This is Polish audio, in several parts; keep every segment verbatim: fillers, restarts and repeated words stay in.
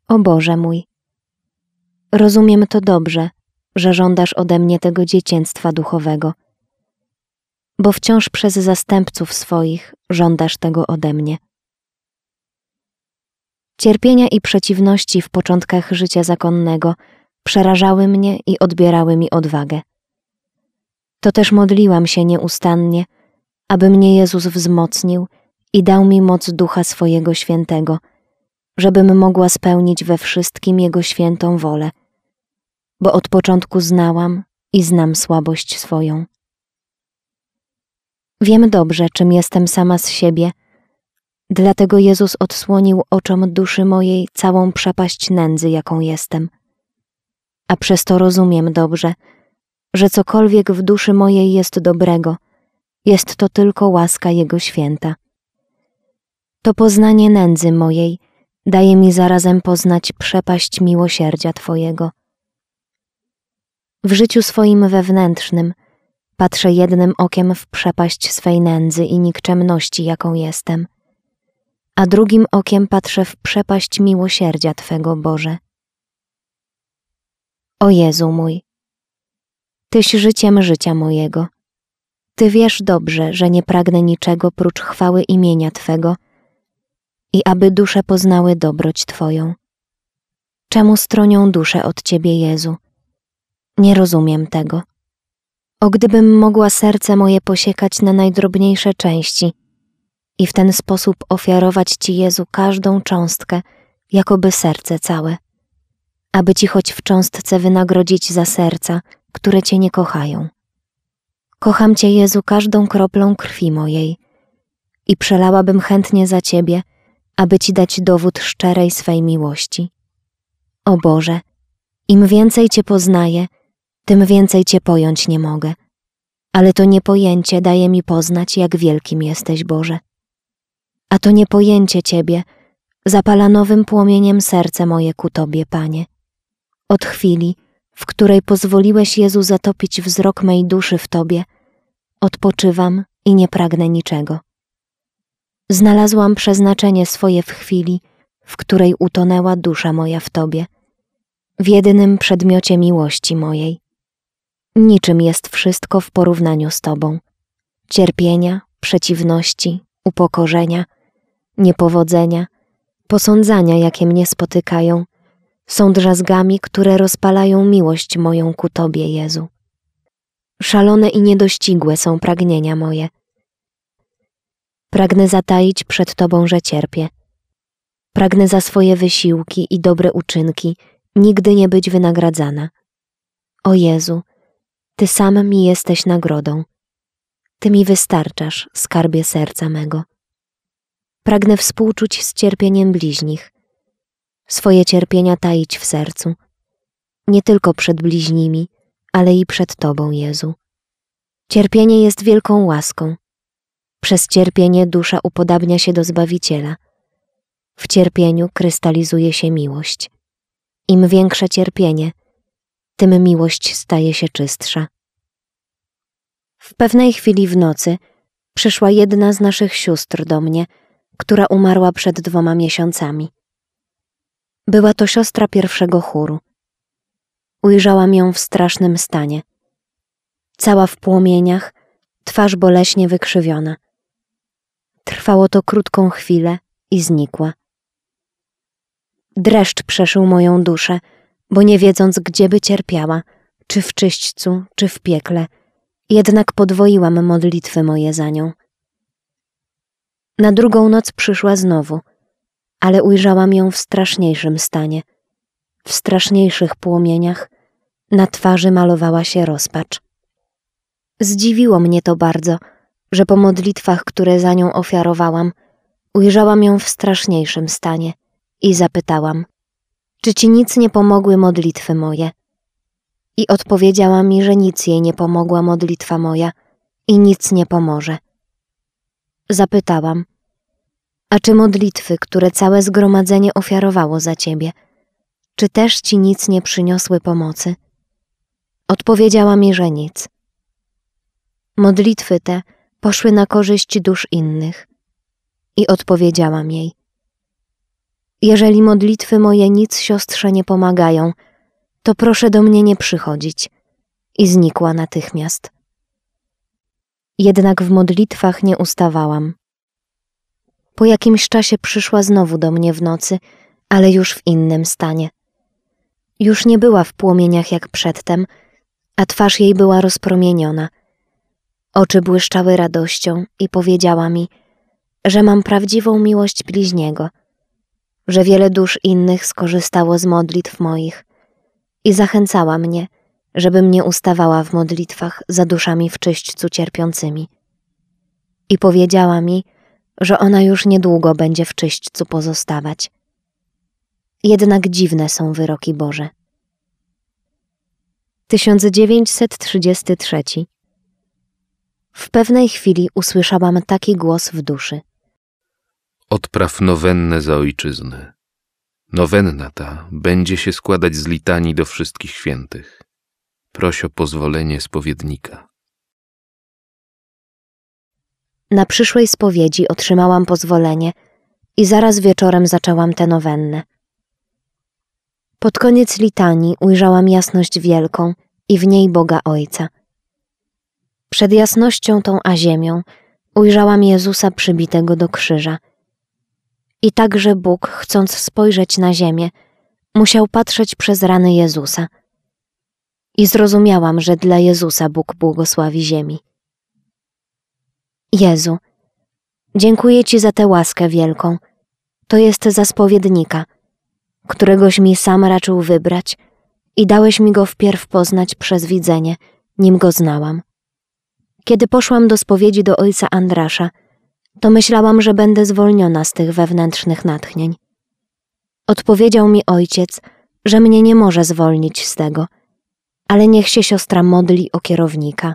O Boże mój, rozumiem to dobrze, że żądasz ode mnie tego dziecięctwa duchowego, bo wciąż przez zastępców swoich żądasz tego ode mnie. Cierpienia i przeciwności w początkach życia zakonnego przerażały mnie i odbierały mi odwagę. To też modliłam się nieustannie, aby mnie Jezus wzmocnił i dał mi moc Ducha swojego Świętego, żebym mogła spełnić we wszystkim Jego świętą wolę, bo od początku znałam i znam słabość swoją. Wiem dobrze, czym jestem sama z siebie, dlatego Jezus odsłonił oczom duszy mojej całą przepaść nędzy, jaką jestem. A przez to rozumiem dobrze, że cokolwiek w duszy mojej jest dobrego, jest to tylko łaska Jego święta. To poznanie nędzy mojej daje mi zarazem poznać przepaść miłosierdzia Twojego. W życiu swoim wewnętrznym patrzę jednym okiem w przepaść swej nędzy i nikczemności, jaką jestem, a drugim okiem patrzę w przepaść miłosierdzia Twego, Boże. O Jezu mój, Tyś życiem życia mojego. Ty wiesz dobrze, że nie pragnę niczego prócz chwały imienia Twego i aby dusze poznały dobroć Twoją. Czemu stronią duszę od Ciebie, Jezu? Nie rozumiem tego. O gdybym mogła serce moje posiekać na najdrobniejsze części i w ten sposób ofiarować Ci, Jezu, każdą cząstkę, jakoby serce całe, aby Ci choć w cząstce wynagrodzić za serca, które Cię nie kochają. Kocham Cię, Jezu, każdą kroplą krwi mojej i przelałabym chętnie za Ciebie, aby Ci dać dowód szczerej swej miłości. O Boże, im więcej Cię poznaję, tym więcej Cię pojąć nie mogę, ale to niepojęcie daje mi poznać, jak wielkim jesteś, Boże. A to niepojęcie Ciebie zapala nowym płomieniem serce moje ku Tobie, Panie. Od chwili, w której pozwoliłeś, Jezu, zatopić wzrok mej duszy w Tobie, odpoczywam i nie pragnę niczego. Znalazłam przeznaczenie swoje w chwili, w której utonęła dusza moja w Tobie, w jedynym przedmiocie miłości mojej. Niczym jest wszystko w porównaniu z Tobą. Cierpienia, przeciwności, upokorzenia, niepowodzenia, posądzania, jakie mnie spotykają, są drzazgami, które rozpalają miłość moją ku Tobie, Jezu. Szalone i niedościgłe są pragnienia moje. Pragnę zataić przed Tobą, że cierpię. Pragnę za swoje wysiłki i dobre uczynki nigdy nie być wynagradzana. O Jezu, Ty sam mi jesteś nagrodą. Ty mi wystarczasz, skarbie serca mego. Pragnę współczuć z cierpieniem bliźnich, swoje cierpienia taić w sercu, nie tylko przed bliźnimi, ale i przed Tobą, Jezu. Cierpienie jest wielką łaską. Przez cierpienie dusza upodabnia się do Zbawiciela. W cierpieniu krystalizuje się miłość. Im większe cierpienie, tym miłość staje się czystsza. W pewnej chwili w nocy przyszła jedna z naszych sióstr do mnie, która umarła przed dwoma miesiącami. Była to siostra pierwszego chóru. Ujrzałam ją w strasznym stanie. Cała w płomieniach, twarz boleśnie wykrzywiona. Trwało to krótką chwilę i znikła. Dreszcz przeszył moją duszę, bo nie wiedząc, gdzie by cierpiała, czy w czyśćcu, czy w piekle, jednak podwoiłam modlitwy moje za nią. Na drugą noc przyszła znowu, ale ujrzałam ją w straszniejszym stanie. W straszniejszych płomieniach na twarzy malowała się rozpacz. Zdziwiło mnie to bardzo, że po modlitwach, które za nią ofiarowałam, ujrzałam ją w straszniejszym stanie i zapytałam, czy Ci nic nie pomogły modlitwy moje? I odpowiedziała mi, że nic jej nie pomogła modlitwa moja i nic nie pomoże. Zapytałam, a czy modlitwy, które całe zgromadzenie ofiarowało za Ciebie, czy też Ci nic nie przyniosły pomocy? Odpowiedziała mi, że nic. Modlitwy te poszły na korzyść dusz innych. I odpowiedziałam jej, Jeżeli modlitwy moje nic siostrze nie pomagają, to proszę do mnie nie przychodzić. I znikła natychmiast. Jednak w modlitwach nie ustawałam. Po jakimś czasie przyszła znowu do mnie w nocy, ale już w innym stanie. Już nie była w płomieniach jak przedtem, a twarz jej była rozpromieniona. Oczy błyszczały radością i powiedziała mi, że mam prawdziwą miłość bliźniego, że wiele dusz innych skorzystało z modlitw moich i zachęcała mnie, żebym nie ustawała w modlitwach za duszami w czyśćcu cierpiącymi. I powiedziała mi, że ona już niedługo będzie w czyśćcu pozostawać. Jednak dziwne są wyroki Boże. tysiąc dziewięćset trzydziesty trzeci. W pewnej chwili usłyszałam taki głos w duszy. Odpraw nowennę za ojczyznę. Nowenna ta będzie się składać z litanii do wszystkich świętych. Proś o pozwolenie spowiednika. Na przyszłej spowiedzi otrzymałam pozwolenie i zaraz wieczorem zaczęłam tę nowennę. Pod koniec litanii ujrzałam jasność wielką i w niej Boga Ojca. Przed jasnością tą a ziemią ujrzałam Jezusa przybitego do krzyża. I także Bóg, chcąc spojrzeć na ziemię, musiał patrzeć przez rany Jezusa. I zrozumiałam, że dla Jezusa Bóg błogosławi ziemi. Jezu, dziękuję Ci za tę łaskę wielką. To jest za spowiednika, któregoś mi sam raczył wybrać i dałeś mi go wpierw poznać przez widzenie, nim go znałam. Kiedy poszłam do spowiedzi do ojca Andrasza, to myślałam, że będę zwolniona z tych wewnętrznych natchnień. Odpowiedział mi ojciec, że mnie nie może zwolnić z tego, ale niech się siostra modli o kierownika.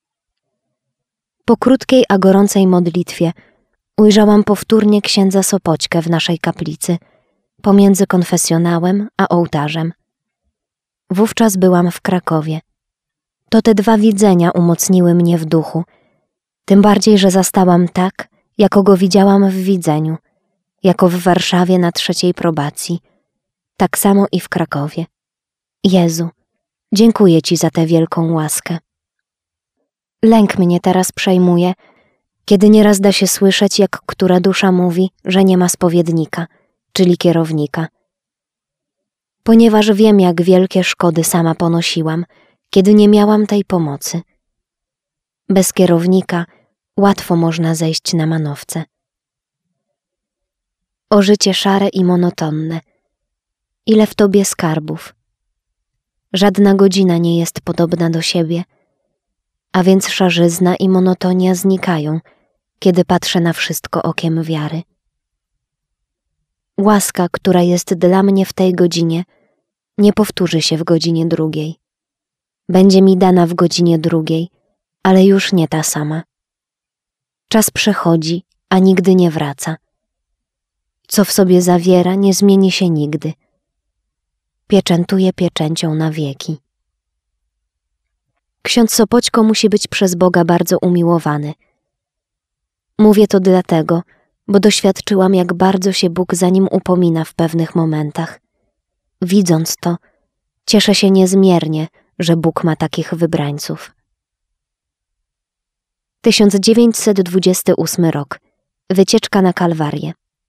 Po krótkiej, a gorącej modlitwie ujrzałam powtórnie księdza Sopoćkę w naszej kaplicy, pomiędzy konfesjonałem a ołtarzem. Wówczas byłam w Krakowie. To te dwa widzenia umocniły mnie w duchu, tym bardziej, że zastałam tak, jako go widziałam w widzeniu, jako w Warszawie na trzeciej probacji, tak samo i w Krakowie. Jezu, dziękuję Ci za tę wielką łaskę. Lęk mnie teraz przejmuje, kiedy nieraz da się słyszeć, jak która dusza mówi, że nie ma spowiednika, czyli kierownika. Ponieważ wiem, jak wielkie szkody sama ponosiłam, kiedy nie miałam tej pomocy. Bez kierownika łatwo można zejść na manowce. O życie szare i monotonne, ile w Tobie skarbów. Żadna godzina nie jest podobna do siebie, a więc szarzyzna i monotonia znikają, kiedy patrzę na wszystko okiem wiary. Łaska, która jest dla mnie w tej godzinie, nie powtórzy się w godzinie drugiej. Będzie mi dana w godzinie drugiej, ale już nie ta sama. Czas przechodzi, a nigdy nie wraca. Co w sobie zawiera, nie zmieni się nigdy. Pieczętuje pieczęcią na wieki. Ksiądz Sopoćko musi być przez Boga bardzo umiłowany. Mówię to dlatego, bo doświadczyłam, jak bardzo się Bóg za nim upomina w pewnych momentach. Widząc to, cieszę się niezmiernie, że Bóg ma takich wybrańców. tysiąc dziewięćset dwudziesty ósmy rok. Wycieczka na Kalwarię.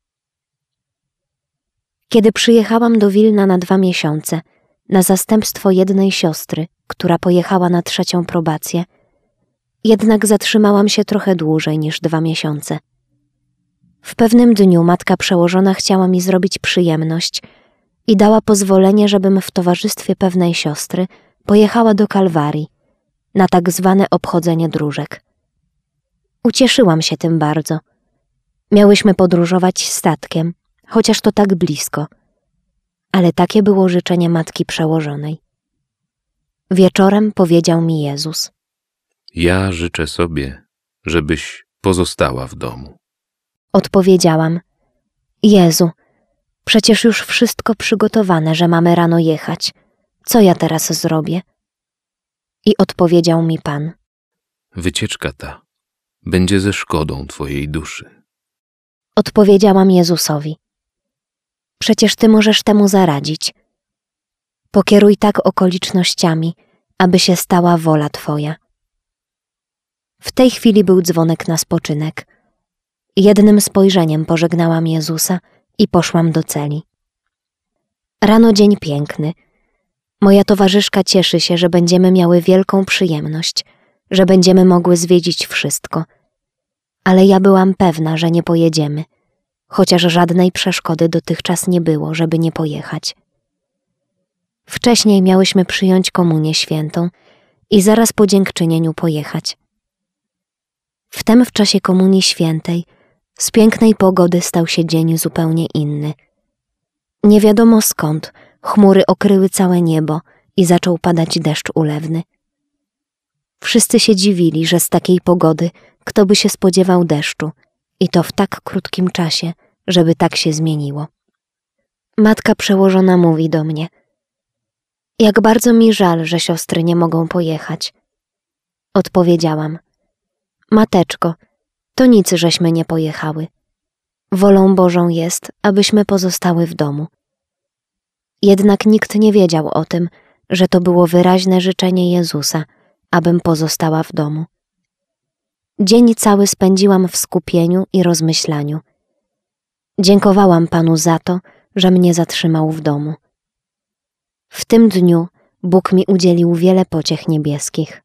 Kiedy przyjechałam do Wilna na dwa miesiące, na zastępstwo jednej siostry, która pojechała na trzecią probację, jednak zatrzymałam się trochę dłużej niż dwa miesiące. W pewnym dniu matka przełożona chciała mi zrobić przyjemność i dała pozwolenie, żebym w towarzystwie pewnej siostry pojechała do Kalwarii na tak zwane obchodzenie dróżek. Ucieszyłam się tym bardzo. Miałyśmy podróżować statkiem, chociaż to tak blisko, ale takie było życzenie matki przełożonej. Wieczorem powiedział mi Jezus: Ja życzę sobie, żebyś pozostała w domu. Odpowiedziałam: Jezu, przecież już wszystko przygotowane, że mamy rano jechać. Co ja teraz zrobię? I odpowiedział mi Pan: Wycieczka ta będzie ze szkodą twojej duszy. Odpowiedziałam Jezusowi: Przecież Ty możesz temu zaradzić. Pokieruj tak okolicznościami, aby się stała wola Twoja. W tej chwili był dzwonek na spoczynek. Jednym spojrzeniem pożegnałam Jezusa i poszłam do celi. Rano dzień piękny. Moja towarzyszka cieszy się, że będziemy miały wielką przyjemność, że będziemy mogły zwiedzić wszystko. Ale ja byłam pewna, że nie pojedziemy, chociaż żadnej przeszkody dotychczas nie było, żeby nie pojechać. Wcześniej miałyśmy przyjąć komunię świętą i zaraz po dziękczynieniu pojechać. Wtem w czasie komunii świętej z pięknej pogody stał się dzień zupełnie inny. Nie wiadomo skąd chmury okryły całe niebo i zaczął padać deszcz ulewny. Wszyscy się dziwili, że z takiej pogody kto by się spodziewał deszczu i to w tak krótkim czasie, żeby tak się zmieniło. Matka przełożona mówi do mnie: jak bardzo mi żal, że siostry nie mogą pojechać. Odpowiedziałam: mateczko, to nic, żeśmy nie pojechały. Wolą Bożą jest, abyśmy pozostały w domu. Jednak nikt nie wiedział o tym, że to było wyraźne życzenie Jezusa, abym pozostała w domu. Dzień cały spędziłam w skupieniu i rozmyślaniu. Dziękowałam Panu za to, że mnie zatrzymał w domu. W tym dniu Bóg mi udzielił wiele pociech niebieskich.